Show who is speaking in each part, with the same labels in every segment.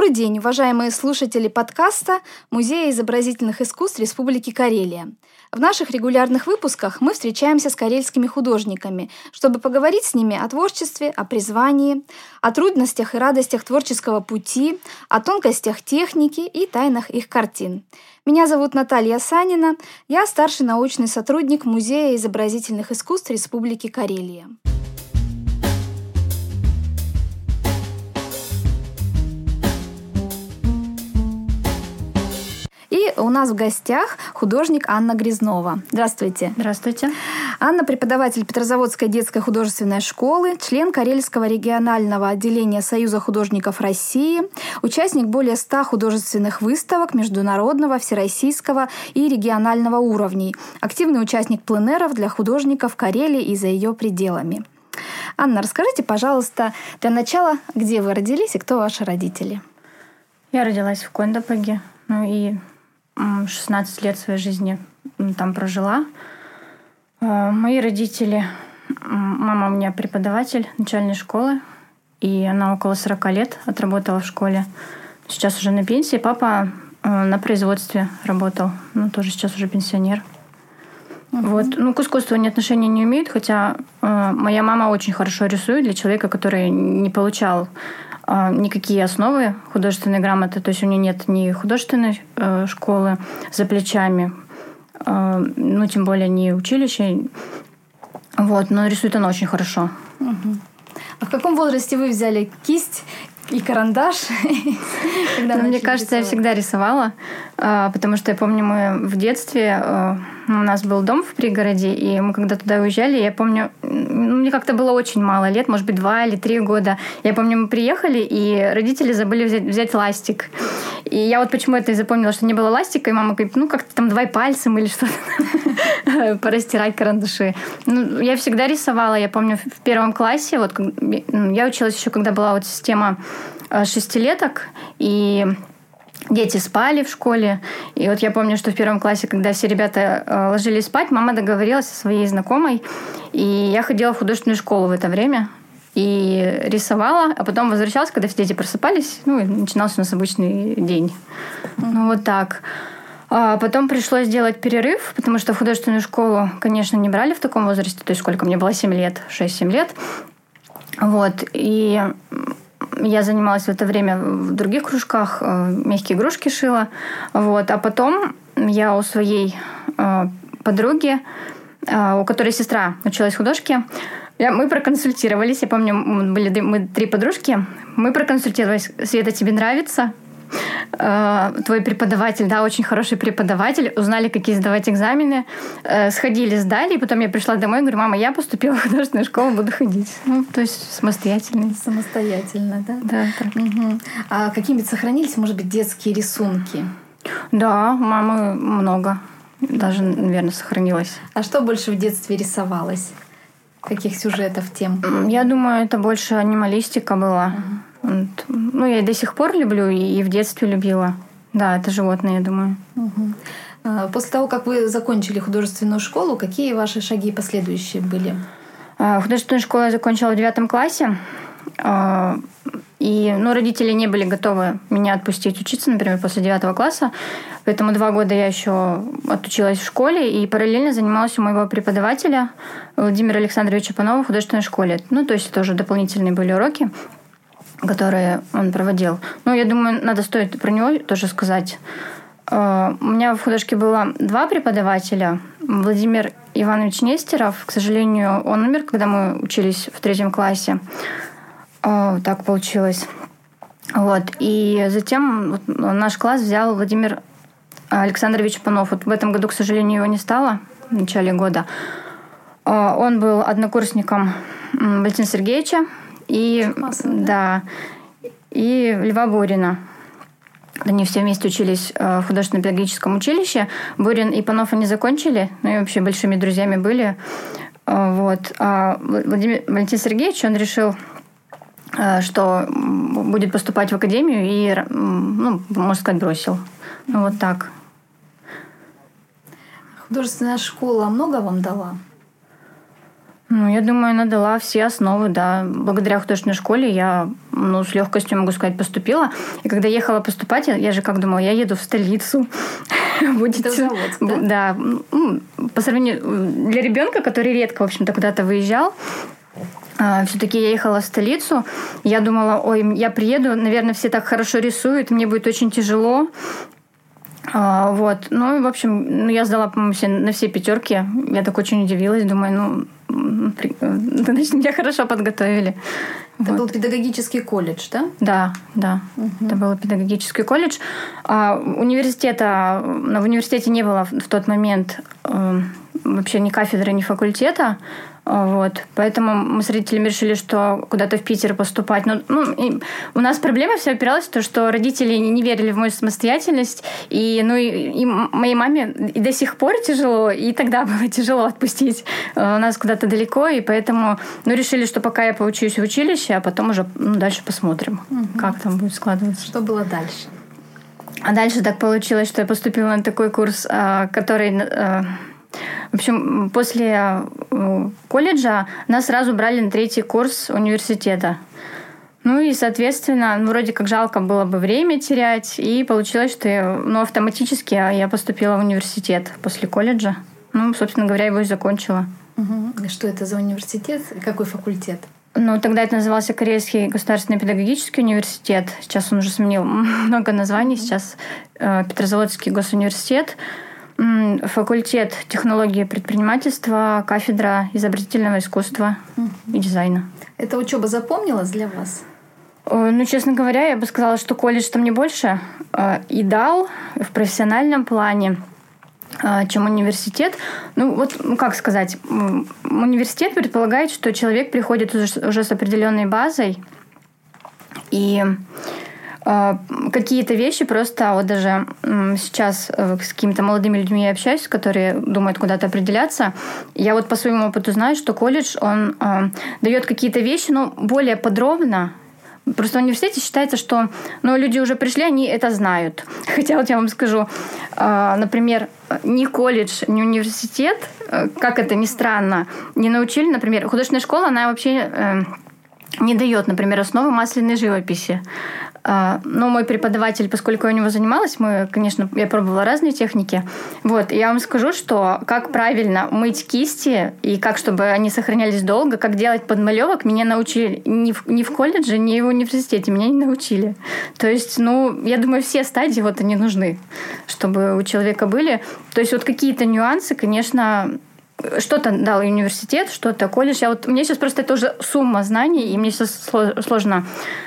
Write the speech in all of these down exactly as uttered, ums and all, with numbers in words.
Speaker 1: Добрый день, уважаемые слушатели подкаста Музея изобразительных искусств Республики Карелия. В наших регулярных выпусках мы встречаемся с карельскими художниками, чтобы поговорить с ними о творчестве, о призвании, о трудностях и радостях творческого пути, о тонкостях техники и тайнах их картин. Меня зовут Наталья Санина, я старший научный сотрудник Музея изобразительных искусств Республики Карелия. И у нас в гостях художник Анна Грязнова. Здравствуйте.
Speaker 2: Здравствуйте.
Speaker 1: Анна – преподаватель Петрозаводской детской художественной школы, член Карельского регионального отделения Союза художников России, участник более ста художественных выставок международного, всероссийского и регионального уровней, активный участник пленэров для художников Карелии и за ее пределами. Анна, расскажите, пожалуйста, для начала, где вы родились и кто ваши родители?
Speaker 2: Я родилась в Кондопоге, ну и шестнадцать лет своей жизни там прожила. Мои родители... Мама у меня преподаватель начальной школы, и она около сорок лет отработала в школе. Сейчас уже на пенсии. Папа на производстве работал, ну тоже сейчас уже пенсионер. Uh-huh. Вот. Ну, к искусству они отношения не имеют, хотя моя мама очень хорошо рисует для человека, который не получал никакие основы художественной грамоты. То есть у нее нет ни художественной э, школы за плечами, э, ну, тем более не училища. Вот, но рисует она очень хорошо.
Speaker 1: Угу. А в каком возрасте вы взяли кисть и карандаш?
Speaker 2: Ну, мне кажется, я всегда рисовала, потому что я помню, мы в детстве... У нас был дом в пригороде, и мы когда туда уезжали, я помню, ну, мне как-то было очень мало лет, может быть, два или три года. Я помню, мы приехали, и родители забыли взять, взять ластик. И я вот почему это и запомнила, что не было ластика, и мама говорит, ну, как-то там давай пальцем или что-то порастирать карандаши. Ну, я всегда рисовала. Я помню, в первом классе, вот я училась еще, когда была вот система шестилеток, и... Дети спали в школе. И вот я помню, что в первом классе, когда все ребята э, ложились спать, мама договорилась со своей знакомой. И я ходила в художественную школу в это время. И рисовала. А потом возвращалась, когда все дети просыпались. Ну, и начинался у нас обычный день. Mm-hmm. Ну, вот так. А потом пришлось делать перерыв, потому что в художественную школу, конечно, не брали в таком возрасте. То есть сколько мне было? семь лет. шесть-семь лет. Вот. И... Я занималась в это время в других кружках, мягкие игрушки шила. Вот. А потом я у своей подруги, у которой сестра училась в художке, мы проконсультировались. Я помню, мы были мы три подружки. Мы проконсультировались. Света, тебе нравится? Твой преподаватель, да, очень хороший преподаватель. Узнали, какие сдавать экзамены. Сходили, сдали. И потом я пришла домой и говорю, мама, я поступила в художественную школу, буду ходить. Ну, то есть самостоятельно.
Speaker 1: Самостоятельно, да?
Speaker 2: Да.
Speaker 1: Угу. А какие-нибудь сохранились, может быть, детские рисунки?
Speaker 2: Да, у мамы много. Даже, наверное, сохранилось.
Speaker 1: А что больше в детстве рисовалось? Каких сюжетов, тем?
Speaker 2: Я думаю, это больше анималистика была. Угу. Ну, я и до сих пор люблю, и в детстве любила. Да, это животные, я думаю.
Speaker 1: Угу. После того, как вы закончили художественную школу, какие ваши шаги последующие были?
Speaker 2: Художественную школу я закончила в девятом классе. И, ну, родители не были готовы меня отпустить учиться, например, после девятого класса. Поэтому два года я еще отучилась в школе и параллельно занималась у моего преподавателя Владимира Александровича Панова в художественной школе. Ну, то есть тоже дополнительные были уроки, которые он проводил. Ну, я думаю, надо стоит про него тоже сказать. У меня в художке было два преподавателя. Владимир Иванович Нестеров, к сожалению, он умер, когда мы учились в третьем классе. Так получилось. Вот. И затем вот наш класс взял Владимир Александрович Панов. Вот в этом году, к сожалению, его не стало в начале года. Он был однокурсником Валентина Сергеевича и, да, и Льва Борина. Они все вместе учились в художественно-педагогическом училище. Борин и Панов они закончили, ну и вообще большими друзьями были. Вот. А Владимир, Валентин Сергеевич, он решил, что будет поступать в академию и, ну, можно сказать, бросил. Ну, вот так.
Speaker 1: Художественная школа много вам дала?
Speaker 2: Ну, я думаю, она дала все основы, да. Благодаря художественной школе я, ну, с легкостью, могу сказать, поступила. И когда ехала поступать, я, я же как думала, я еду в столицу. Будет
Speaker 1: завод, да?
Speaker 2: Да. По сравнению для ребенка, который редко, в общем-то, куда-то выезжал, все-таки я ехала в столицу. Я думала, ой, я приеду, наверное, все так хорошо рисуют, мне будет очень тяжело. А, вот. Ну, и, в общем, ну, я сдала, по-моему, все, на все пятерки. Я так очень удивилась. Думаю, ну, при... значит, меня хорошо подготовили.
Speaker 1: Это
Speaker 2: вот.
Speaker 1: был педагогический колледж, да?
Speaker 2: Да, да. Угу. Это был педагогический колледж. А, университета... В университете не было в тот момент э, вообще ни кафедры, ни факультета. Вот. Поэтому мы с родителями решили, что куда-то в Питер поступать. Но, ну, и у нас проблема вся опиралась в то, что родители не верили в мою самостоятельность. И, ну, и, и моей маме и до сих пор тяжело, и тогда было тяжело отпустить нас куда-то далеко. И поэтому ну, решили, что пока я поучусь в училище, а потом уже ну, дальше посмотрим, угу. как там будет складываться.
Speaker 1: Что было дальше?
Speaker 2: А дальше так получилось, что я поступила на такой курс, который... В общем, после колледжа нас сразу брали на третий курс университета. Ну и, соответственно, ну, вроде как жалко было бы время терять. И получилось, что я, ну, автоматически я поступила в университет после колледжа. Ну, собственно говоря, его и закончила.
Speaker 1: Угу. Что это за университет? Какой факультет?
Speaker 2: Ну, тогда это назывался Карельский государственный педагогический университет. Сейчас он уже сменил много названий. Сейчас э, Петрозаводский госуниверситет. Факультет технологии предпринимательства, кафедра изобразительного искусства угу. и дизайна.
Speaker 1: Эта учеба запомнилась для вас?
Speaker 2: Ну, честно говоря, я бы сказала, что колледж там не больше и дал в профессиональном плане, чем университет. Ну, вот, ну, как сказать, университет предполагает, что человек приходит уже, уже с определенной базой, и какие-то вещи просто вот даже сейчас с какими-то молодыми людьми я общаюсь, которые думают куда-то определяться. Я вот по своему опыту знаю, что колледж, он э, дает какие-то вещи, но более подробно. Просто в университете считается, что ну, люди уже пришли, они это знают. Хотя вот я вам скажу, э, например, ни колледж, ни университет, э, как это ни странно, не научили, например, художественная школа, она вообще... Э, не дает, например, основы масляной живописи. Но мой преподаватель, поскольку я у него занималась, мы, конечно, я пробовала разные техники. Вот, я вам скажу, что как правильно мыть кисти и как, чтобы они сохранялись долго, как делать подмалевок, меня научили ни в, ни в колледже, ни в университете. Меня не научили. То есть, ну, я думаю, все стадии вот они нужны, чтобы у человека были. То есть, вот какие-то нюансы, конечно... Что-то дал университет, что-то колледж. Я вот, мне сейчас просто это уже сумма знаний, и мне сейчас сложно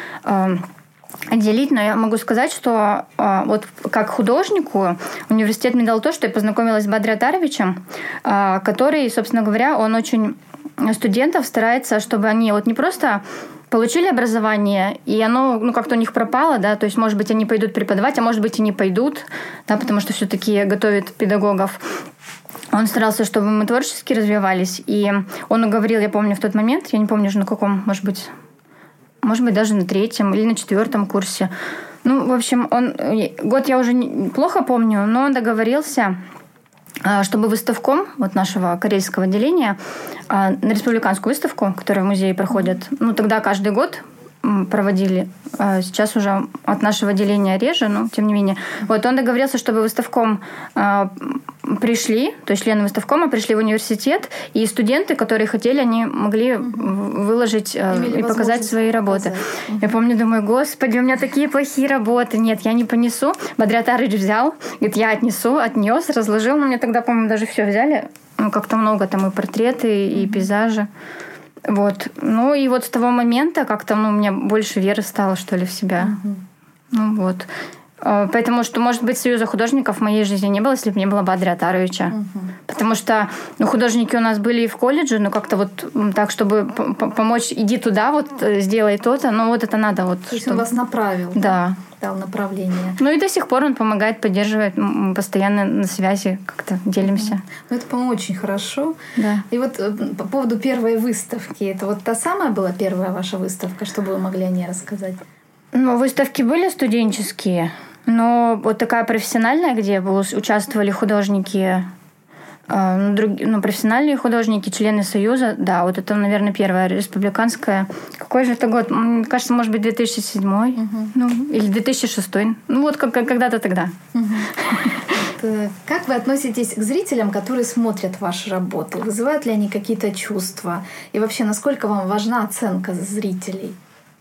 Speaker 2: э, отделить, но я могу сказать, что э, вот как художнику университет мне дал то, что я познакомилась с Бадри Атаровичем, э, который, собственно говоря, он очень студентов старается, чтобы они вот не просто получили образование, и оно ну, как-то у них пропало, да, то есть, может быть, они пойдут преподавать, а может быть, и не пойдут, да, потому что все-таки готовят педагогов. Он старался, чтобы мы творчески развивались. И он уговорил, я помню, в тот момент, я не помню уже на каком, может быть, может быть, даже на третьем или на четвертом курсе. Ну, в общем, он год я уже не, плохо помню, но он договорился, чтобы выставком вот нашего карельского отделения на республиканскую выставку, которая в музее проходит, ну, тогда каждый год проводили. Сейчас уже от нашего отделения реже, но тем не менее. Вот он договорился, чтобы выставком э, пришли, то есть члены выставкома пришли в университет, и студенты, которые хотели, они могли выложить э, и показать свои работы. Показать. Я помню, думаю, господи, у меня такие плохие работы. Нет, я не понесу. Бадри Атарович взял, говорит, я отнесу, отнес, разложил. Но мне тогда, по-моему, даже все взяли. Ну, как-то много там и портреты, и пейзажи. Вот. Ну и вот с того момента как-то ну, у меня больше веры стало, что ли, в себя. Uh-huh. Ну вот. Поэтому что, может быть, союза художников в моей жизни не было, если бы не было Бадри Атаровича. Uh-huh. Потому что ну, художники у нас были и в колледже, но как-то вот так, чтобы помочь, иди туда, вот сделай то-то, ну вот это надо. Вот,
Speaker 1: то есть
Speaker 2: чтобы...
Speaker 1: он вас направил,
Speaker 2: да.
Speaker 1: дал направление.
Speaker 2: Ну и до сих пор он помогает, поддерживает, постоянно на связи, как-то делимся.
Speaker 1: Uh-huh. Ну это, по-моему, очень хорошо.
Speaker 2: Да.
Speaker 1: И вот по поводу первой выставки, это вот та самая была первая ваша выставка, чтобы вы могли о ней рассказать?
Speaker 2: Ну, выставки были студенческие. Но вот такая профессиональная, где участвовали художники Ну, друг, ну, профессиональные художники, члены Союза, да, вот это, наверное, первая республиканская. Какой же это год? Мне кажется, может быть, две тысячи седьмой, угу. ну, или две тысячи шестой. Ну, вот как, когда-то тогда.
Speaker 1: Угу. Как вы относитесь к зрителям, которые смотрят ваши работы? Вызывают ли они какие-то чувства? И вообще, насколько вам важна оценка зрителей?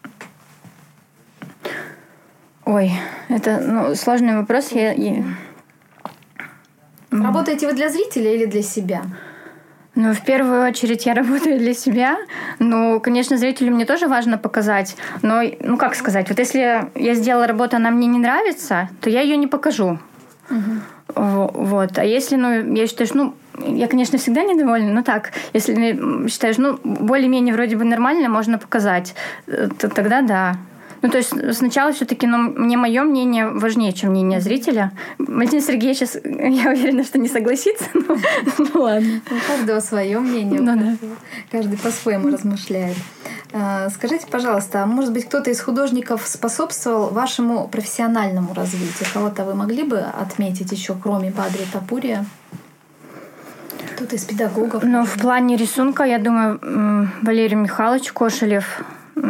Speaker 2: Ой, это ну, сложный вопрос. Я, я...
Speaker 1: Работаете вы для зрителя или для себя?
Speaker 2: Ну, в первую очередь я работаю для себя. Ну, конечно, зрителю мне тоже важно показать. Но, ну, как сказать, вот если я сделала работу, она мне не нравится, то я ее не покажу. Угу. Вот. А если, ну, я считаю, что, ну, я, конечно, всегда недовольна, но так, если считаешь, ну, более-менее вроде бы нормально, можно показать, то тогда да. Ну, то есть сначала все-таки, ну, мне мое мнение важнее, чем мнение зрителя. Валентин Сергеевич сейчас, я уверена, что не согласится, но ну ладно.
Speaker 1: У каждого свое мнение,
Speaker 2: ну, да.
Speaker 1: каждый по-своему размышляет. Скажите, пожалуйста, а может быть, кто-то из художников способствовал вашему профессиональному развитию? Кого-то вы могли бы отметить еще, кроме Бадри Тапурия? Кто-то из педагогов?
Speaker 2: Ну, в плане рисунка, я думаю, Валерий Михайлович Кошелев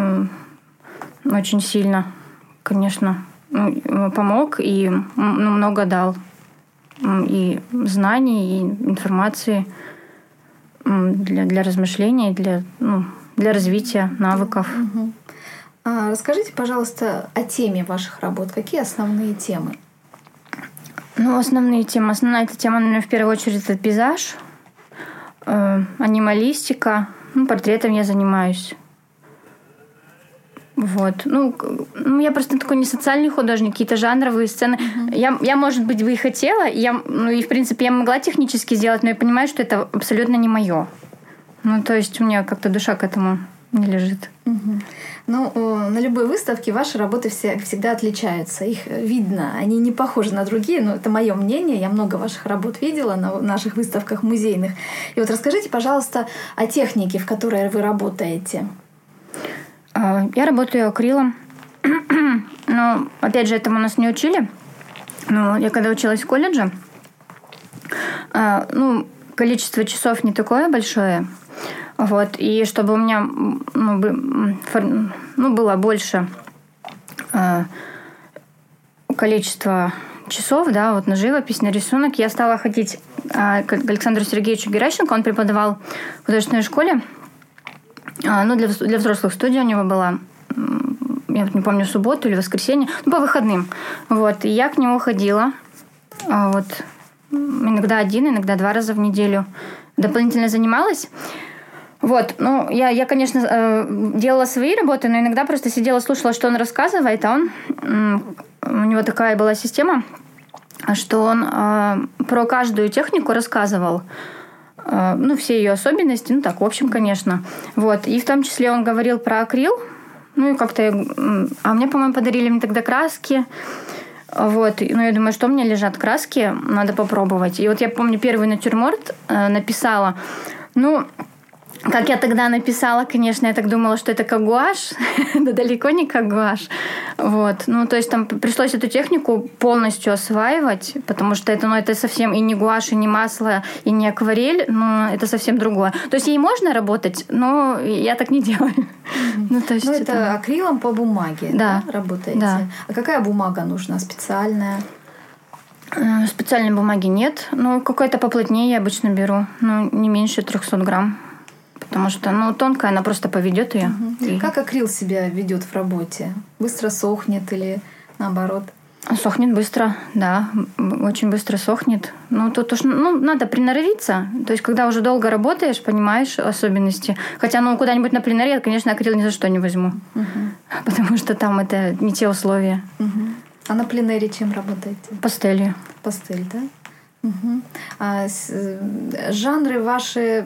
Speaker 2: очень сильно, конечно, помог и ну, много дал и знаний, и информации для, для размышлений, для, ну, для развития навыков.
Speaker 1: Угу. А расскажите, пожалуйста, о теме ваших работ. Какие основные темы?
Speaker 2: Ну, основные темы. Основная эта тема, наверное, в первую очередь, это пейзаж, э, анималистика. Ну, портретом я занимаюсь. Вот. Ну, ну, я просто такой не социальный художник, какие-то жанровые сцены. Uh-huh. Я, я, может быть, бы и хотела, и я, ну, и, в принципе, я могла технически сделать, но я понимаю, что это абсолютно не мое. Ну, то есть у меня как-то душа к этому не лежит.
Speaker 1: Uh-huh. Ну, на любой выставке ваши работы все, всегда отличаются. Их видно, они не похожи на другие, но это мое мнение. Я много ваших работ видела на наших выставках музейных. И вот расскажите, пожалуйста, о технике, в которой вы работаете.
Speaker 2: Я работаю акрилом. Но, опять же, этому нас не учили. Но я когда училась в колледже, ну, количество часов не такое большое. Вот. И чтобы у меня ну, ну, было больше количества часов, да, вот на живопись, на рисунок, я стала ходить к Александру Сергеевичу Геращенко. Он преподавал в художественной школе. Ну, для, для взрослых студия у него была, я не помню, субботу или воскресенье, ну, по выходным. Вот, и я к нему ходила, вот, иногда один, иногда два раза в неделю. Дополнительно занималась. Вот, ну, я, я, конечно, делала свои работы, но иногда просто сидела, слушала, что он рассказывает, а он, у него такая была система, что он про каждую технику рассказывал. Ну, все ее особенности, ну, так, в общем, конечно. Вот. И в том числе он говорил про акрил. Ну, и как-то... А мне, по-моему, подарили мне тогда краски. Вот. Ну, я думаю, что у меня лежат краски, надо попробовать. И вот я помню, первый натюрморт написала. Ну, как я тогда написала, конечно, я так думала, что это как гуашь. Да далеко не как гуашь. Вот. Ну, то есть там пришлось эту технику полностью осваивать, потому что это, ну, это совсем и не гуашь, и не масло, и не акварель, но это совсем другое. То есть ей можно работать, но я так не делаю.
Speaker 1: Mm-hmm. Ну, то есть ну, это, это акрилом по бумаге, да, да, работаете?
Speaker 2: Да.
Speaker 1: А какая бумага нужна? Специальная?
Speaker 2: Специальной бумаги нет. Ну, какой-то поплотнее я обычно беру. Ну, не меньше трехсот грамм. Потому что, ну, тонкая, она просто поведет ее.
Speaker 1: Угу. И... Как акрил себя ведет в работе? Быстро сохнет или наоборот?
Speaker 2: Сохнет быстро, да. Очень быстро сохнет. Ну, тут уж ну, надо приноровиться. То есть, когда уже долго работаешь, понимаешь особенности. Хотя, ну, куда-нибудь на пленаре я, конечно, акрил ни за что не возьму. Угу. Потому что там это не те условия.
Speaker 1: Угу. А на пленэре чем работаете?
Speaker 2: Пастелью.
Speaker 1: Пастель, да? Угу. А с, жанры ваши,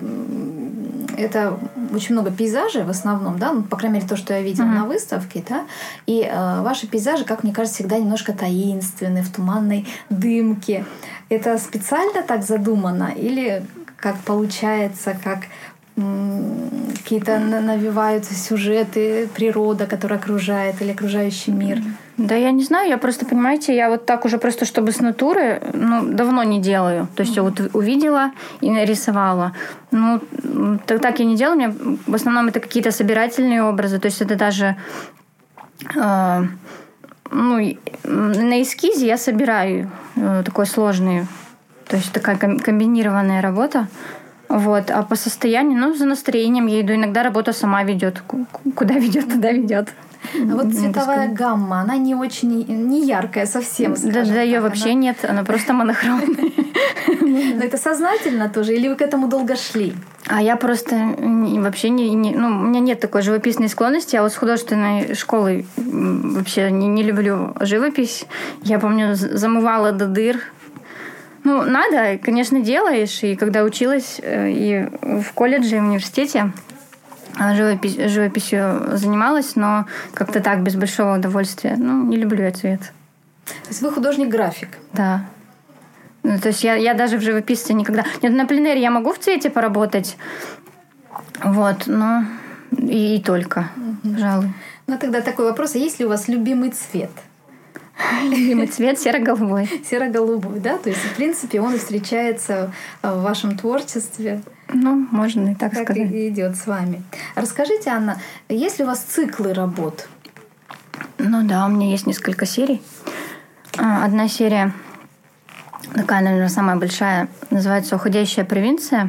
Speaker 1: это очень много пейзажей в основном, да, ну, по крайней мере, то, что я видела mm-hmm. на выставке, да, и э, ваши пейзажи, как мне кажется, всегда немножко таинственны, в туманной дымке. Это специально так задумано или как получается, как м- какие-то навеваются сюжеты, природа, которая окружает, или окружающий мир? Mm-hmm.
Speaker 2: Да я не знаю, я просто, понимаете, я вот так уже просто, чтобы с натуры, ну, давно не делаю. То есть mm-hmm. я вот увидела и нарисовала. Ну, так, так я не делаю. У меня в основном это какие-то собирательные образы. То есть это даже... Э, ну, на эскизе я собираю э, такой сложный... То есть такая комбинированная работа. Вот. А по состоянию, ну, за настроением я иду. Иногда работа сама ведет. Куда ведет, туда ведет.
Speaker 1: А вот цветовая гамма, она не очень, не яркая совсем, скажем
Speaker 2: Да, да, ее
Speaker 1: так.
Speaker 2: вообще
Speaker 1: она...
Speaker 2: нет, она просто монохромная.
Speaker 1: Но это сознательно тоже? Или вы к этому долго шли?
Speaker 2: А я просто вообще не, не... Ну, у меня нет такой живописной склонности. Я вот с художественной школы вообще не, не люблю живопись. Я помню, замывала до дыр. Ну, надо, конечно, делаешь. И когда училась и в колледже, и в университете, живопись, живописью занималась, но как-то так, без большого удовольствия. Ну, не люблю я цвет.
Speaker 1: То есть вы художник-график?
Speaker 2: Да. Ну, то есть я, я даже в живописце никогда... Нет, на пленэре я могу в цвете поработать, вот, но и, и только, угу. Пожалуй.
Speaker 1: Ну, тогда такой вопрос. А есть ли у вас любимый цвет?
Speaker 2: Любимый цвет серо-голубой.
Speaker 1: Серо-голубой, да? То есть, в принципе, он и встречается в вашем творчестве.
Speaker 2: Ну, можно и так, так сказать.
Speaker 1: Так и идет с вами. Расскажите, Анна, есть ли у вас циклы работ?
Speaker 2: Ну да, у меня есть несколько серий. Одна серия, такая, наверное, самая большая, называется «Уходящая провинция».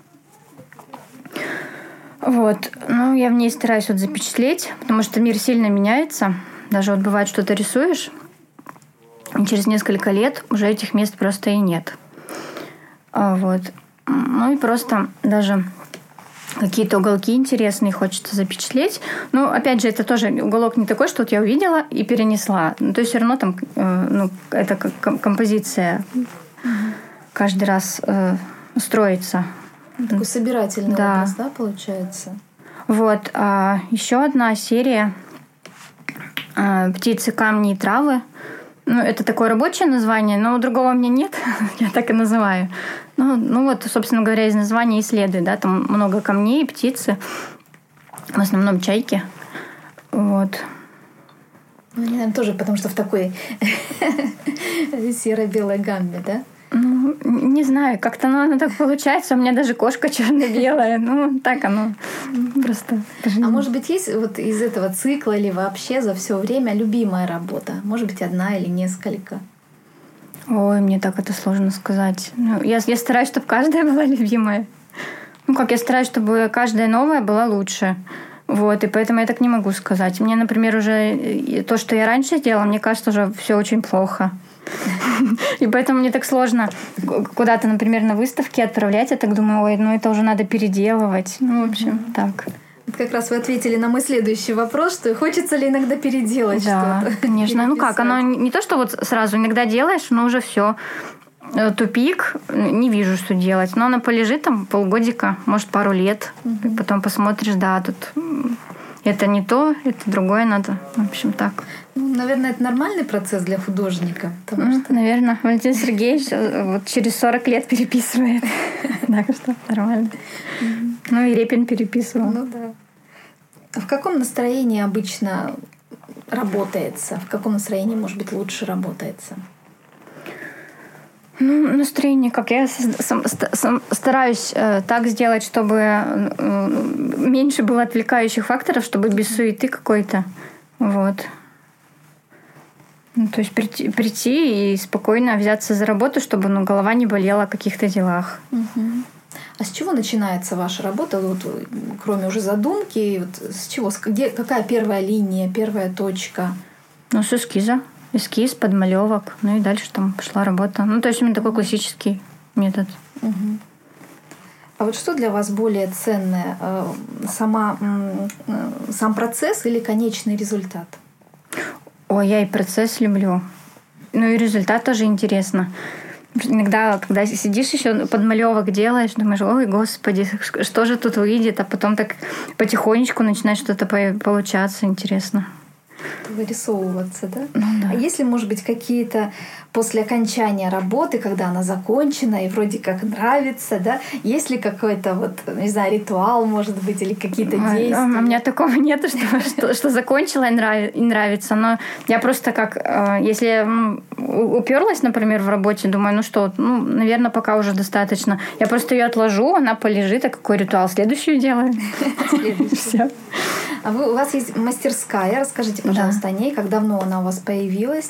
Speaker 2: Вот. Ну, я в ней стараюсь вот запечатлеть, потому что мир сильно меняется. Даже вот бывает, что-то рисуешь, и через несколько лет уже этих мест просто и нет. Вот. Ну и просто даже какие-то уголки интересные хочется запечатлеть. Ну, опять же, это тоже уголок не такой, что вот я увидела и перенесла. Ну, то есть все равно там э, ну, это как композиция mm-hmm. каждый раз э, строится.
Speaker 1: Такой собирательный
Speaker 2: да.
Speaker 1: образ, да, получается?
Speaker 2: Вот. А еще одна серия «Птицы, камни и травы». Ну, это такое рабочее название, но другого у меня нет, я так и называю. Ну, ну вот, собственно говоря, из названия и следует, да, там много камней, птицы, в основном чайки, вот.
Speaker 1: Ну, они, наверное, тоже, потому что в такой серо-белой гамме, да?
Speaker 2: Ну, не знаю, как-то ну, оно так получается. У меня даже кошка черно-белая. Ну, так оно просто...
Speaker 1: А может быть, есть вот из этого цикла или вообще за все время любимая работа? Может быть, одна или несколько?
Speaker 2: Ой, мне так это сложно сказать. Ну, я, я стараюсь, чтобы каждая была любимая. Ну, как я стараюсь, чтобы каждая новая была лучше. Вот, и поэтому я так не могу сказать. Мне, например, уже то, что я раньше делала, мне кажется, уже все очень плохо. И поэтому мне так сложно куда-то, например, на выставки отправлять. Я так думаю, ой, ну это уже надо переделывать. Ну, в общем, mm-hmm. так.
Speaker 1: Вот как раз вы ответили на мой следующий вопрос, что хочется ли иногда переделать
Speaker 2: да,
Speaker 1: что-то.
Speaker 2: Да, конечно. Ну как, оно не то, что вот сразу иногда делаешь, но уже все. Тупик, не вижу, что делать. Но она полежит там полгодика, может, пару лет. Mm-hmm. И потом посмотришь, да, тут... Это не то, это другое надо. В общем, так.
Speaker 1: Ну, наверное, это нормальный процесс для художника.
Speaker 2: Ну, что... Наверное, Валентин Сергеевич вот через сорок лет переписывает. Так что нормально. Ну, и Репин переписывал.
Speaker 1: Ну, да. А в каком настроении обычно работается? В каком настроении, может быть, лучше работается?
Speaker 2: Ну, настроение, как я сам, сам, стараюсь э, так сделать, чтобы э, меньше было отвлекающих факторов, чтобы без суеты какой-то. Вот. Ну, то есть прийти, прийти и спокойно взяться за работу, чтобы ну, голова не болела о каких-то делах.
Speaker 1: Угу. А с чего начинается ваша работа, вот, кроме уже задумки? Вот, с чего? Где, какая первая линия, первая точка?
Speaker 2: Ну, с эскиза. Эскиз, подмалевок, ну и дальше там пошла работа. Ну, то есть у меня такой классический метод.
Speaker 1: Угу. А вот что для вас более ценное? Сама, сам процесс или конечный результат?
Speaker 2: Ой, я и процесс люблю. Ну и результат тоже интересно. Иногда, когда сидишь еще подмалевок делаешь, думаешь, ой, господи, что же тут выйдет? А потом так потихонечку начинает что-то получаться интересно.
Speaker 1: Вырисовываться, да?
Speaker 2: Ну, да.
Speaker 1: А если, может быть, какие-то после окончания работы, когда она закончена и вроде как нравится, да, есть ли какой-то вот, не знаю, ритуал, может быть, или какие-то
Speaker 2: Ой,
Speaker 1: действия?
Speaker 2: У меня такого нет, что, что, что закончила и, нрав, и нравится. Но я просто как, если ну, уперлась, например, в работе, думаю, ну что, ну, наверное, пока уже достаточно. Я просто ее отложу, она полежит, а какой ритуал? Следующую делаю. Все.
Speaker 1: А вы, у вас есть мастерская. Расскажите, пожалуйста, да. о ней. Как давно она у вас появилась?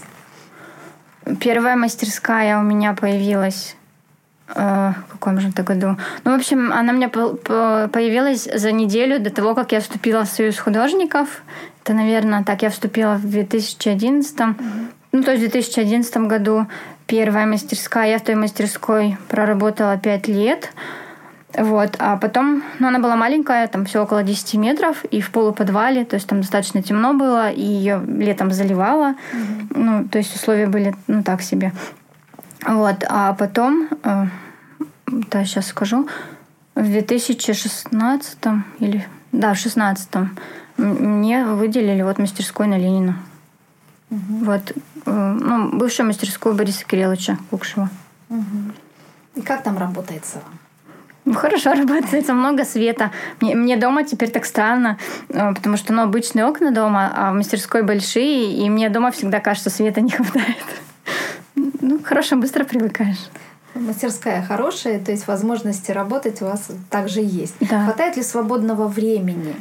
Speaker 2: Первая мастерская у меня появилась э, в каком же это году? Ну, в общем, она у меня появилась за неделю до того, как я вступила в Союз художников. Это, наверное, так я вступила в две тысячи одиннадцатом. Mm-hmm. Ну, то есть в две тысячи одиннадцатом году первая мастерская. Я в той мастерской проработала пять лет. Вот. А потом, ну, она была маленькая, там все около десять метров, и в полуподвале, то есть там достаточно темно было, и ее летом заливало. Mm-hmm. Ну, то есть условия были, ну, так себе. Вот. А потом, э, да, сейчас скажу, в две тысячи шестнадцатом или, да, в шестнадцатом мне выделили вот мастерскую на Ленина. Mm-hmm. Вот. Э, ну, бывшую мастерскую Бориса Кирилловича Кукшева.
Speaker 1: Mm-hmm. И как там работается вам?
Speaker 2: Ну, хорошо работает, много света. Мне, мне дома теперь так странно, потому что ну, обычные окна дома, а в мастерской большие, и мне дома всегда кажется, света не хватает. Ну, хорошо, быстро привыкаешь.
Speaker 1: Мастерская хорошая, то есть возможности работать у вас также есть.
Speaker 2: Да.
Speaker 1: Хватает ли свободного времени?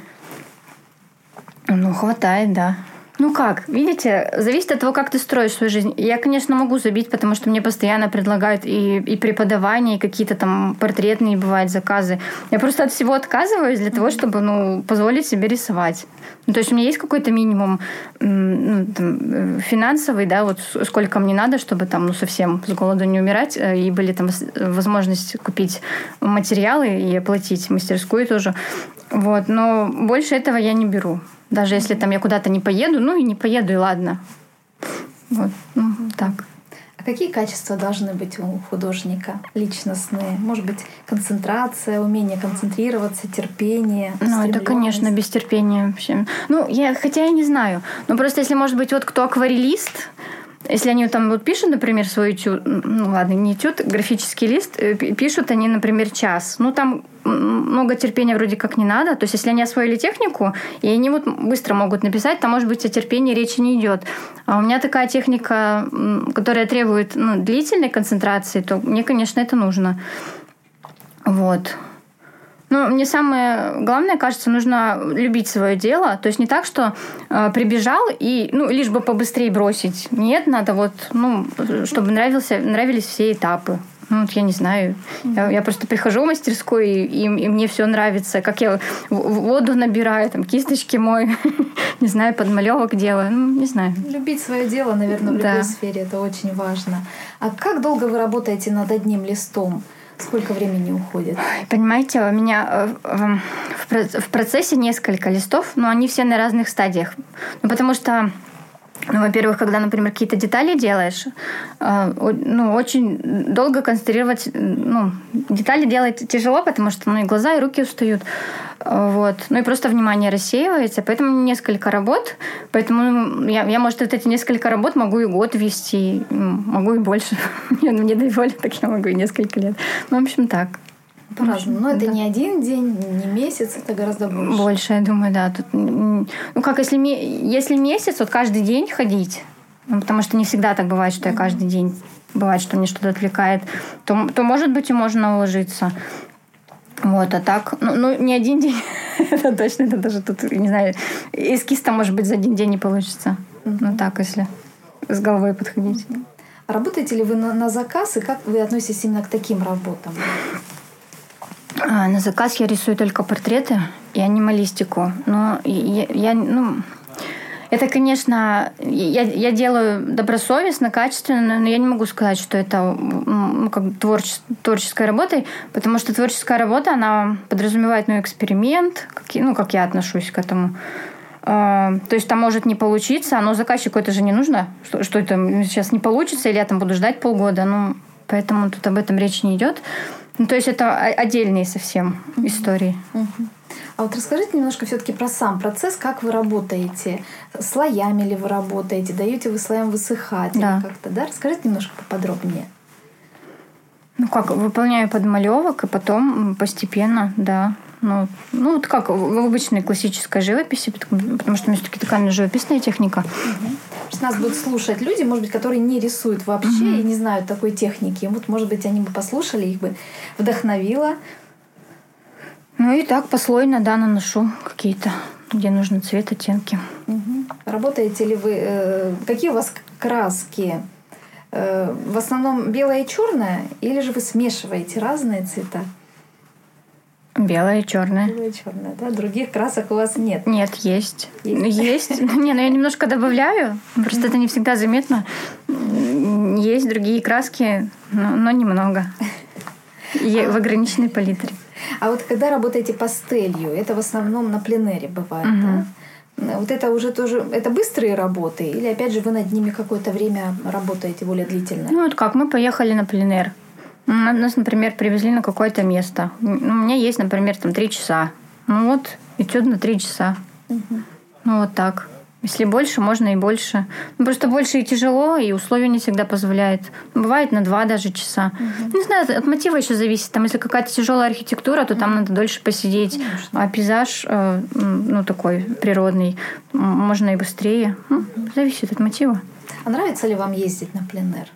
Speaker 2: Ну, хватает, да. Ну как, видите, зависит от того, как ты строишь свою жизнь. Я, конечно, могу забить, потому что мне постоянно предлагают и, и преподавание, и какие-то там портретные бывают заказы. Я просто от всего отказываюсь для того, чтобы ну, позволить себе рисовать. Ну, то есть у меня есть какой-то минимум ну, там, финансовый, да, вот сколько мне надо, чтобы там ну, совсем с голоду не умирать, и были там возможность купить материалы и оплатить мастерскую тоже. Вот, но больше этого я не беру. Даже если там я куда-то не поеду, ну и не поеду, и ладно. Вот, ну, так.
Speaker 1: А какие качества должны быть у художника личностные? Может быть, концентрация, умение концентрироваться, терпение,
Speaker 2: Ну, это, конечно, без терпения вообще. Ну, я, хотя я не знаю. Ну, просто если, может быть, вот кто акварелист, если они там вот пишут, например, свой этюд, ну ладно, не этюд, графический лист, пишут они, например, час. Ну, там много терпения вроде как не надо. То есть, если они освоили технику, и они вот быстро могут написать, там, может быть, о терпении речи не идет. А у меня такая техника, которая требует ну, длительной концентрации, то мне, конечно, это нужно. Вот. Ну, мне самое главное, кажется, нужно любить свое дело. То есть не так, что э, прибежал и, ну, лишь бы побыстрее бросить. Нет, надо вот, ну, чтобы нравился, нравились все этапы. Ну, вот я не знаю. Mm-hmm. Я, я просто прихожу в мастерскую, и, и, и мне все нравится. Как я воду набираю, там, кисточки мою, не знаю, подмалевок делаю. Ну, не знаю.
Speaker 1: Любить свое дело, наверное, в любой сфере, это очень важно. А как долго вы работаете над одним листом? Сколько времени уходит?
Speaker 2: Понимаете, у меня в процессе несколько листов, но они все на разных стадиях. Ну, потому что, ну, во-первых, когда, например, какие-то детали делаешь, ну, очень долго концентрировать, ну, детали делать тяжело, потому что, ну, и глаза, и руки устают. Вот. Ну и просто внимание рассеивается, поэтому несколько работ, поэтому я, я, может, вот эти несколько работ могу и год вести, могу и больше. Мне, мне дай воля, так я могу и несколько лет. Ну, в общем, так.
Speaker 1: По-разному. Но это да. не один день, не месяц, это гораздо больше.
Speaker 2: Больше, я думаю, да. Тут, ну, как, если, если месяц, вот каждый день ходить, ну, потому что не всегда так бывает, что я каждый день, бывает, что мне что-то отвлекает, то, то может быть, и можно уложиться. Вот, а так, ну, ну не один день, это точно, это даже тут, не знаю, эскиз-то, может быть, за один день не получится. Mm-hmm. Ну, так, если с головой подходить.
Speaker 1: Mm-hmm. А работаете ли вы на, на заказ, и как вы относитесь именно к таким работам?
Speaker 2: А, на заказ я рисую только портреты и анималистику. Но я, я ну... Это, конечно, я, я делаю добросовестно, качественно, но я не могу сказать, что это ну, как творче, творческая работа, потому что творческая работа, она подразумевает ну, эксперимент, как, ну, как я отношусь к этому. То есть там может не получиться, но заказчику это же не нужно, что, что это сейчас не получится, или я там буду ждать полгода. Ну, поэтому тут об этом речь не идет. Ну, то есть это отдельные совсем uh-huh. истории.
Speaker 1: Uh-huh. А вот расскажите немножко все-таки про сам процесс, как вы работаете, слоями ли вы работаете, даете вы слоям высыхать
Speaker 2: да.
Speaker 1: или как-то, да? Расскажите немножко поподробнее.
Speaker 2: Ну как, выполняю подмалевок и потом постепенно, да. Ну, ну вот как в обычной классической живописи, потому что у меня все-таки такая живописная техника.
Speaker 1: Угу. Нас будут слушать люди, может быть, которые не рисуют вообще угу. и не знают такой техники. Вот, может быть, они бы послушали, их бы вдохновило.
Speaker 2: Ну и так послойно, да, наношу какие-то, где нужны цвет, оттенки.
Speaker 1: Угу. Работаете ли вы... Э, какие у вас краски? Э, в основном белое и черное? Или же вы смешиваете разные цвета?
Speaker 2: Белое и черное.
Speaker 1: Белое и черное, да? Других красок у вас нет?
Speaker 2: Нет, есть. Есть? Есть. Не, но я немножко добавляю. Просто это не всегда заметно. Есть другие краски, но немного. В ограниченной палитре.
Speaker 1: А вот когда работаете пастелью, это в основном на пленэре бывает, угу. да? Вот это уже тоже, это быстрые работы? Или опять же вы над ними какое-то время работаете более длительно?
Speaker 2: Ну вот как, мы поехали на пленэр. Нас, например, привезли на какое-то место. У меня есть, например, там три часа. Ну вот, этюд на три часа. Угу. Ну вот так. Если больше, можно и больше. Ну, просто больше и тяжело, и условия не всегда позволяют. Бывает на два даже часа. Угу. Не знаю, от мотива еще зависит. Там, если какая-то тяжелая архитектура, то там надо дольше посидеть. Конечно. А пейзаж, ну, такой природный, можно и быстрее. Ну, зависит от мотива.
Speaker 1: А нравится ли вам ездить на пленэр?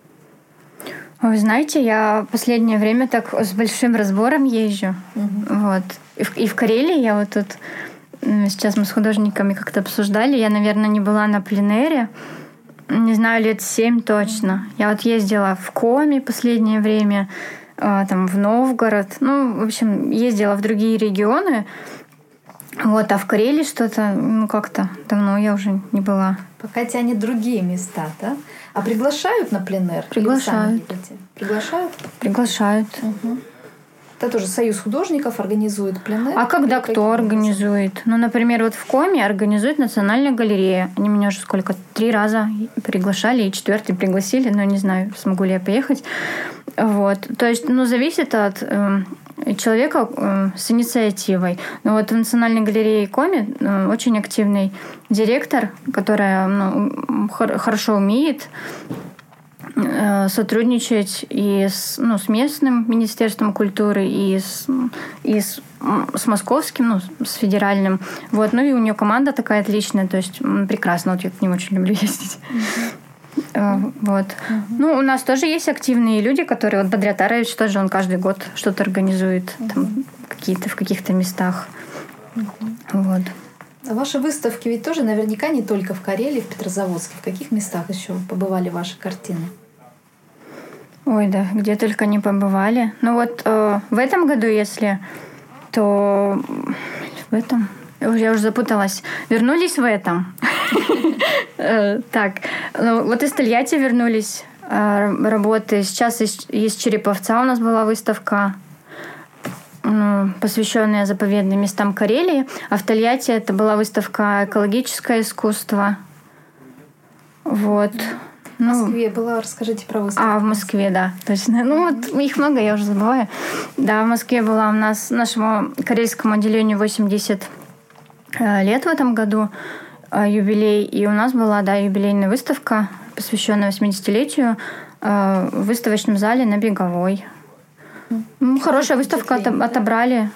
Speaker 2: Вы знаете, я в последнее время так с большим разбором езжу. Угу. Вот. И в, и в Карелии я вот тут... Сейчас мы с художниками как-то обсуждали. Я, наверное, не была на пленэре. Не знаю, лет семь точно. Я вот ездила в Коми последнее время, там, в Новгород. Ну, в общем, ездила в другие регионы. Вот, а в Карелии что-то, ну, как-то давно я уже не была.
Speaker 1: Пока тянет другие места, да? А приглашают на пленэр?
Speaker 2: Приглашают.
Speaker 1: Приглашают?
Speaker 2: Приглашают.
Speaker 1: Угу. Это тоже Союз художников организует пленэр.
Speaker 2: А когда кто организует? Ну, например, вот в Коми организует Национальная галерея. Они меня уже сколько? Три раза приглашали, и четвертый пригласили, но не знаю, смогу ли я поехать. Вот. То есть, ну, зависит от э, человека э, с инициативой. Но вот в Национальной галерее Коми э, очень активный директор, которая ну, хор- хорошо умеет сотрудничать и с, ну, с местным министерством культуры, и с, и с, с московским, ну, с федеральным. Вот. Ну и у нее команда такая отличная, то есть прекрасно. Вот я к ним очень люблю ездить. Uh-huh. Вот. Uh-huh. Ну, у нас тоже есть активные люди, которые... Вот Бодрят Арович тоже, он каждый год что-то организует uh-huh. там, какие-то, в каких-то местах. Uh-huh. Вот.
Speaker 1: А ваши выставки ведь тоже наверняка не только в Карелии, в Петрозаводске. В каких местах еще побывали ваши картины?
Speaker 2: Ой, да, где только не побывали. Ну вот э, в этом году, если, то в этом... Я уже запуталась. Вернулись в этом. Так, вот из Тольятти вернулись работы. Сейчас из Череповца у нас была выставка, посвященная заповедным местам Карелии. А в Тольятти это была выставка «Экологическое искусство». Вот.
Speaker 1: В Москве ну, была, расскажите про выставку.
Speaker 2: А, в Москве, да, точно. Ну, вот их много, я уже забываю. Да, в Москве была у нас, нашему карельскому отделению восемьдесят лет в этом году, юбилей. И у нас была, да, юбилейная выставка, посвященная восьмидесятилетию в выставочном зале на Беговой. Ну, хорошая выставка, отобрали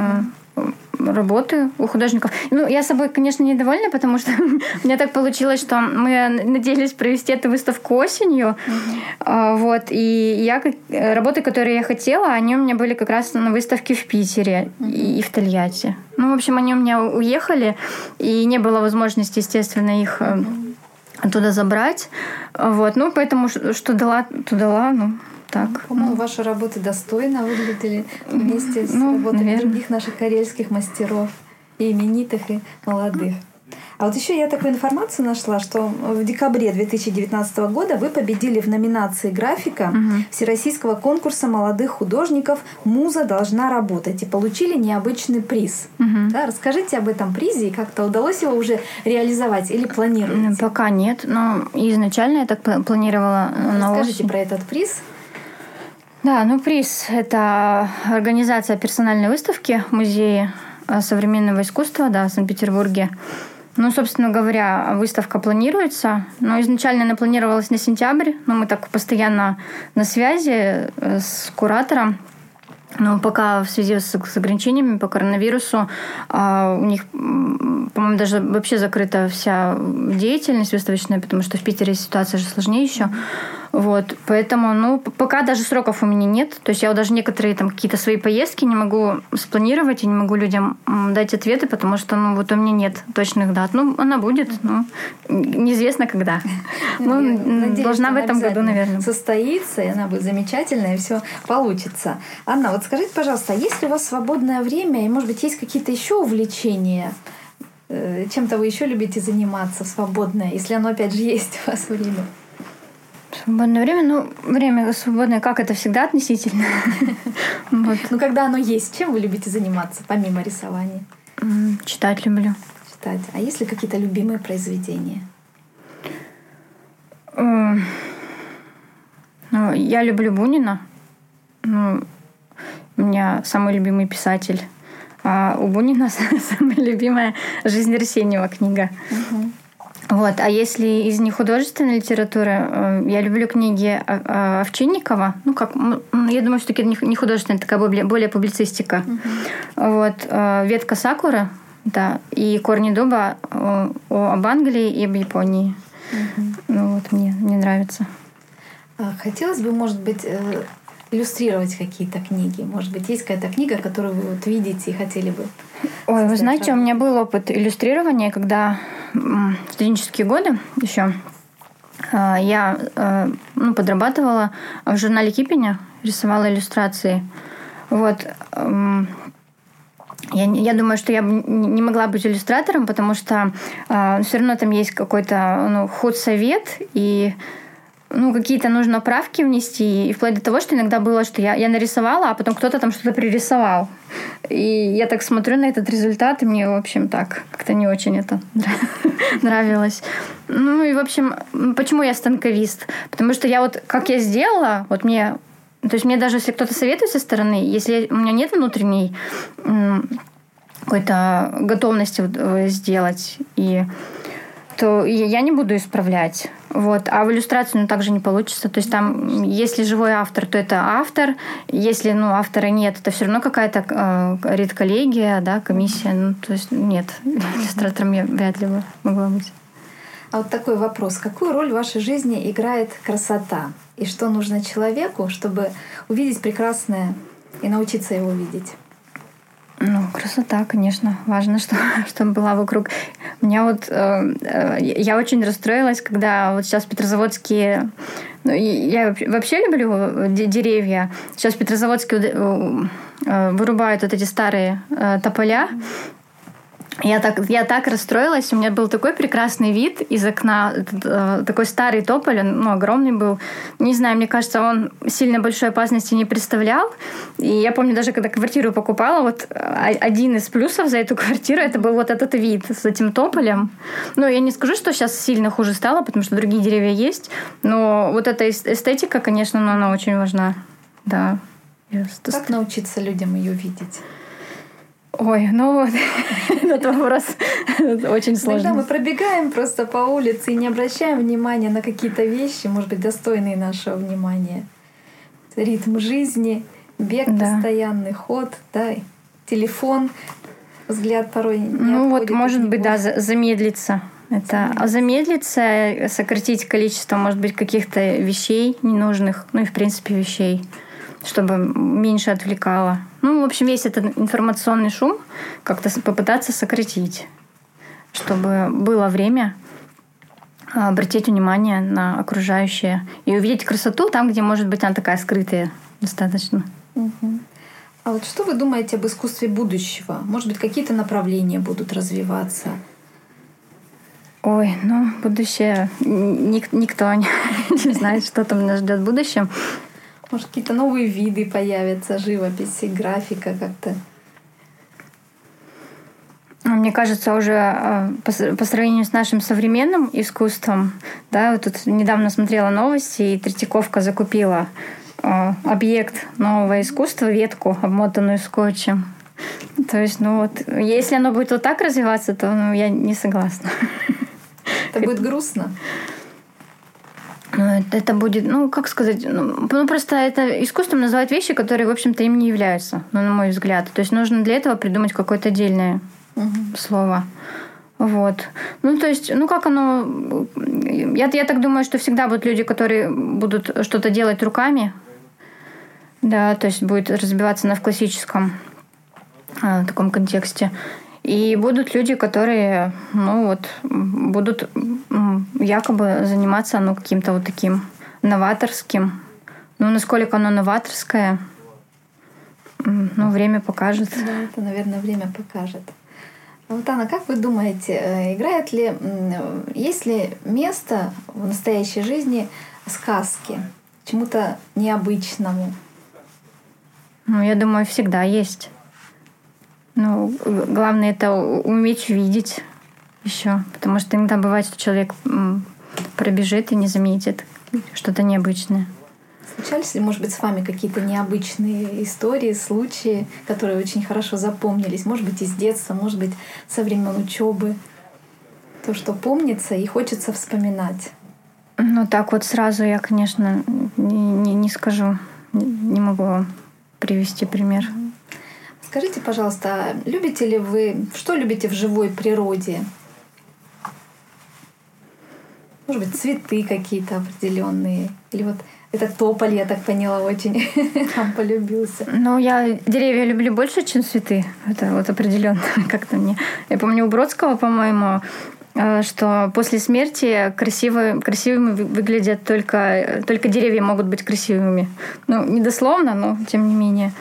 Speaker 2: работы у художников. Ну, я собой, конечно, недовольна, потому что у меня так получилось, что мы надеялись провести эту выставку осенью. Uh-huh. Вот. И я, работы, которые я хотела, они у меня были как раз на выставке в Питере uh-huh. и, и в Тольятти. Ну, в общем, они у меня уехали, и не было возможности, естественно, их uh-huh. оттуда забрать. Вот. Ну, поэтому что дала, то дала, ну... Так.
Speaker 1: По-моему, ваши работы достойно выглядели вместе с ну, работами наверное. других наших карельских мастеров, и именитых, и молодых. А вот еще я такую информацию нашла, что в декабре две тысячи девятнадцатого года вы победили в номинации «Графика» угу. Всероссийского конкурса молодых художников «Муза должна работать» и получили необычный приз. Угу. Да, расскажите об этом призе и как-то удалось его уже реализовать или планируете?
Speaker 2: Пока нет, но изначально я так планировала.
Speaker 1: Расскажите про этот приз.
Speaker 2: Да, ну приз — это организация персональной выставки в Музее современного искусства, да, в Санкт-Петербурге. Ну, собственно говоря, выставка планируется, но изначально она планировалась на сентябрь, но мы так постоянно на связи с куратором. Но пока в связи с, с ограничениями по коронавирусу а, у них, по-моему, даже вообще закрыта вся деятельность выставочная, потому что в Питере ситуация же сложнее еще. Вот, поэтому, ну, пока даже сроков у меня нет. То есть я вот даже некоторые там какие-то свои поездки не могу спланировать и не могу людям дать ответы, потому что, ну, вот у меня нет точных дат. Ну, она будет, но неизвестно когда. Ну, должна в этом году, наверное.
Speaker 1: Состоится, и она будет замечательная, и все получится. Анна, вот скажите, пожалуйста, есть ли у вас свободное время, и, может быть, есть какие-то еще увлечения? Чем-то вы еще любите заниматься свободное, если оно, опять же, есть у вас время?
Speaker 2: Свободное время? Ну, время свободное, как это всегда относительно.
Speaker 1: Вот. Ну, когда оно есть, чем вы любите заниматься, помимо рисования?
Speaker 2: Читать люблю.
Speaker 1: Читать. А есть ли какие-то любимые произведения?
Speaker 2: Ну, я люблю Бунина. Ну, у меня самый любимый писатель. А у Бунина самая любимая «Жизнь Арсеньева» книга. Угу. Вот. А если из нехудожественной литературы, я люблю книги Овчинникова. Ну, как, я думаю, что это не художественная, такая более публицистика. Uh-huh. Вот. «Ветка сакуры», да, и «Корни дуба» об Англии и об Японии. Uh-huh. Ну, вот мне, мне нравится.
Speaker 1: Хотелось бы, может быть, иллюстрировать какие-то книги? Может быть, есть какая-то книга, которую вы вот видите и хотели бы?
Speaker 2: Ой, вы знаете, у меня был опыт иллюстрирования, когда в студенческие годы еще я ну, подрабатывала в журнале Кипиня, рисовала иллюстрации. Вот. Я, я думаю, что я бы не могла быть иллюстратором, потому что э, все равно там есть какой-то ну, худсовет, и ну, какие-то нужно правки внести. И вплоть до того, что иногда было, что я, я нарисовала, а потом кто-то там что-то пририсовал. И я так смотрю на этот результат, и мне, в общем, так как-то не очень это нравилось. Ну и, в общем, почему я станковист? Потому что я вот, как я сделала, вот мне... То есть мне даже, если кто-то советует со стороны, если у меня нет внутренней какой-то готовности сделать, и, то я не буду исправлять. Вот. А в иллюстрацию ну, также не получится. То есть там, если живой автор, то это автор. Если ну, автора нет, то все равно какая-то э, редколлегия, да, комиссия. Ну, то есть нет, иллюстратором я вряд ли бы могла быть.
Speaker 1: А вот такой вопрос. Какую роль в вашей жизни играет красота? И что нужно человеку, чтобы увидеть прекрасное и научиться его видеть?
Speaker 2: Ну, красота, конечно. Важно, что, чтобы была вокруг. У меня вот... Э, э, я очень расстроилась, когда вот сейчас Петрозаводские... Ну, я вообще люблю деревья. Сейчас Петрозаводские э, вырубают вот эти старые э, тополя. Я так, я так расстроилась. У меня был такой прекрасный вид из окна. Такой старый тополь, он ну, огромный был. Не знаю, мне кажется, он сильно большой опасности не представлял. И я помню, даже когда квартиру покупала, вот один из плюсов за эту квартиру это был вот этот вид с этим тополем. Ну, я не скажу, что сейчас сильно хуже стало, потому что другие деревья есть. Но вот эта эстетика, конечно, ну, она очень важна. Да.
Speaker 1: Как научиться людям ее видеть?
Speaker 2: Ой, ну вот этот вопрос очень сложный.
Speaker 1: Иногда мы пробегаем просто по улице и не обращаем внимания на какие-то вещи, может быть, достойные нашего внимания. Ритм жизни, бег да. постоянный, ход, да, телефон, взгляд порой не
Speaker 2: Ну вот, может быть, да, замедлиться. Это а замедлиться, сократить количество, может быть, каких-то вещей ненужных, ну и, в принципе, вещей, чтобы меньше отвлекало. Ну, в общем, весь этот информационный шум как-то попытаться сократить, чтобы было время обратить внимание на окружающее и увидеть красоту там, где, может быть, она такая скрытая достаточно.
Speaker 1: Угу. А вот что вы думаете об искусстве будущего? Может быть, какие-то направления будут развиваться?
Speaker 2: Ой, ну, будущее... Ник- никто не, не знает, что там нас ждет в будущем.
Speaker 1: Может, какие-то новые виды появятся, живописи, графика как-то?
Speaker 2: Мне кажется, уже по сравнению с нашим современным искусством, да, вот тут недавно смотрела новости, и Третьяковка закупила э, объект нового искусства, ветку, обмотанную скотчем. То есть, ну вот, если оно будет вот так развиваться, то ну, я не согласна.
Speaker 1: Это будет грустно.
Speaker 2: Это, это будет, ну, как сказать, ну, ну, просто это искусством называют вещи, которые, в общем-то, им не являются, ну, на мой взгляд. То есть нужно для этого придумать какое-то отдельное угу. слово. Вот. Ну, то есть, ну, как оно... Я, я так думаю, что всегда будут люди, которые будут что-то делать руками. Да, то есть будет разбиваться на в классическом э, таком контексте. И будут люди, которые, ну вот, будут якобы заниматься, ну, каким-то вот таким новаторским. Ну, насколько оно новаторское, ну, время покажет.
Speaker 1: Да, это, наверное, время покажет. Вот, Анна, как вы думаете, играет ли, есть ли место в настоящей жизни сказки, чему-то необычному?
Speaker 2: Ну, я думаю, всегда есть. Ну, главное это уметь видеть еще, потому что иногда бывает, что человек пробежит и не заметит что-то необычное.
Speaker 1: Случались ли, может быть, с вами какие-то необычные истории, случаи, которые очень хорошо запомнились? Может быть, из детства, может быть, со времен учебы. То, что помнится и хочется вспоминать.
Speaker 2: Ну, так вот сразу я, конечно, не, не, не скажу. Не могу вам привести пример.
Speaker 1: Скажите, пожалуйста, любите ли вы, что любите в живой природе? Может быть, цветы какие-то определенные? Или вот этот тополь, я так поняла, очень вам полюбился.
Speaker 2: Ну, я деревья люблю больше, чем цветы. Это вот определенно как-то мне. Я помню у Бродского, по-моему, что после смерти красивые, красивыми выглядят только, только деревья могут быть красивыми. Ну, не дословно, но тем не менее.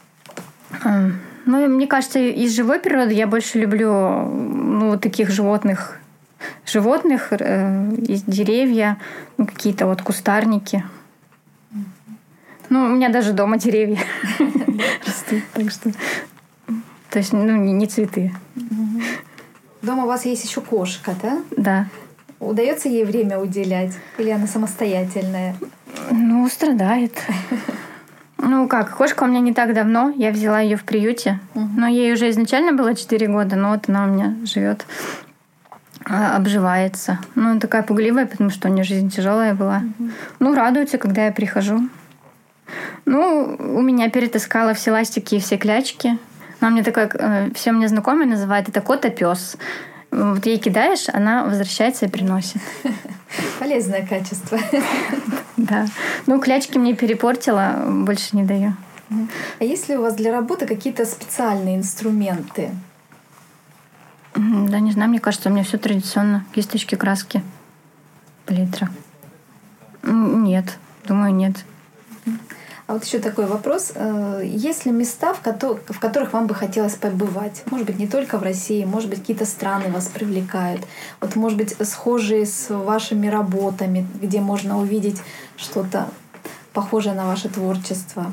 Speaker 2: Ну, мне кажется, из живой природы я больше люблю ну, таких животных, животных, э, деревья, ну, какие-то вот кустарники. Ну, у меня даже дома деревья растут, так что... То есть, ну, не цветы.
Speaker 1: Дома у вас есть еще кошка, да?
Speaker 2: Да.
Speaker 1: Удается ей время уделять? Или она самостоятельная?
Speaker 2: Ну, страдает. Ну как, кошка у меня не так давно. Я взяла ее в приюте. Uh-huh. Но ей уже изначально было четыре года, но вот она у меня живет, обживается. Ну, она такая пугливая, потому что у нее жизнь тяжелая была. Uh-huh. Ну, радуется, когда я прихожу. Ну, у меня перетаскала все ластики и все клячки. Она мне такая, все мне знакомые называют, это кот-опёс. Вот ей кидаешь, она возвращается и приносит.
Speaker 1: Полезное качество.
Speaker 2: Да. Ну, клячки мне перепортила, больше не даю.
Speaker 1: А есть ли у вас для работы какие-то специальные инструменты?
Speaker 2: Да не знаю, мне кажется, у меня все традиционно. Кисточки, краски, палитра. Нет, думаю, нет.
Speaker 1: А вот еще такой вопрос. Есть ли места, в которых вам бы хотелось побывать? Может быть, не только в России, может быть, какие-то страны вас привлекают. Вот, может быть, схожие с вашими работами, где можно увидеть что-то похожее на ваше творчество.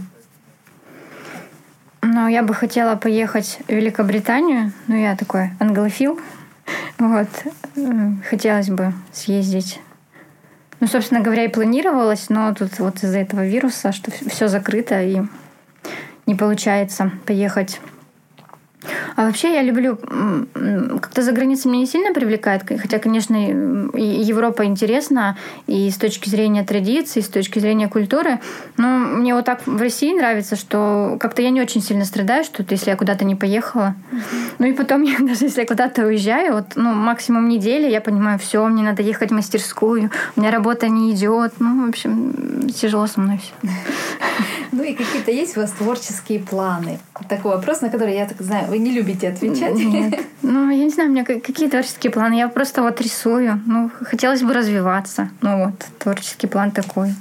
Speaker 2: Ну, я бы хотела поехать в Великобританию. Ну, я такой англофил. Вот. Хотелось бы съездить. Ну, собственно говоря, и планировалось, но тут вот из-за этого вируса, что все закрыто и не получается поехать. А вообще я люблю... Как-то за границей меня не сильно привлекает, хотя, конечно, и Европа интересна и с точки зрения традиций, и с точки зрения культуры. Но мне вот так в России нравится, что как-то я не очень сильно страдаю, что если я куда-то не поехала. Mm-hmm. Ну и потом, даже если я куда-то уезжаю, вот, ну, максимум недели, я понимаю, все, мне надо ехать в мастерскую, у меня работа не идет. Ну, в общем, тяжело со мной все.
Speaker 1: Ну и какие-то есть у вас творческие планы? Такой вопрос, на который, я так знаю, вы не любите отвечать.
Speaker 2: Нет. Ну, я не знаю, у меня какие творческие планы. Я просто вот рисую. Ну, хотелось бы развиваться. Ну вот, творческий план такой.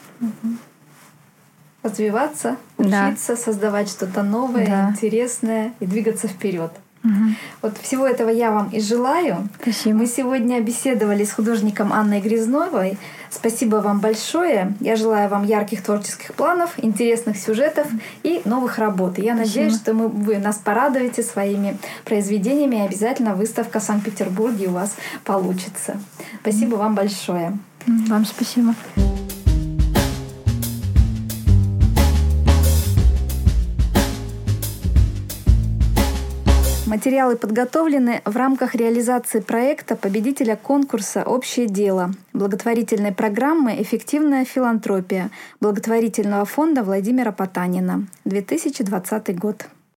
Speaker 1: Развиваться, учиться, да. Создавать что-то новое, да. Интересное и двигаться вперед. Угу. Вот всего этого я вам и желаю.
Speaker 2: Спасибо.
Speaker 1: Мы сегодня беседовали с художником Анной Грязновой. Спасибо вам большое. Я желаю вам ярких творческих планов, интересных сюжетов и новых работ. Я Спасибо. Надеюсь, что мы, вы нас порадуете своими произведениями, и обязательно выставка в Санкт-Петербурге у вас получится. Спасибо mm. вам большое.
Speaker 2: Вам спасибо.
Speaker 1: Материалы подготовлены в рамках реализации проекта победителя конкурса «Общее дело» благотворительной программы «Эффективная филантропия» благотворительного фонда Владимира Потанина, две тысячи двадцатый год.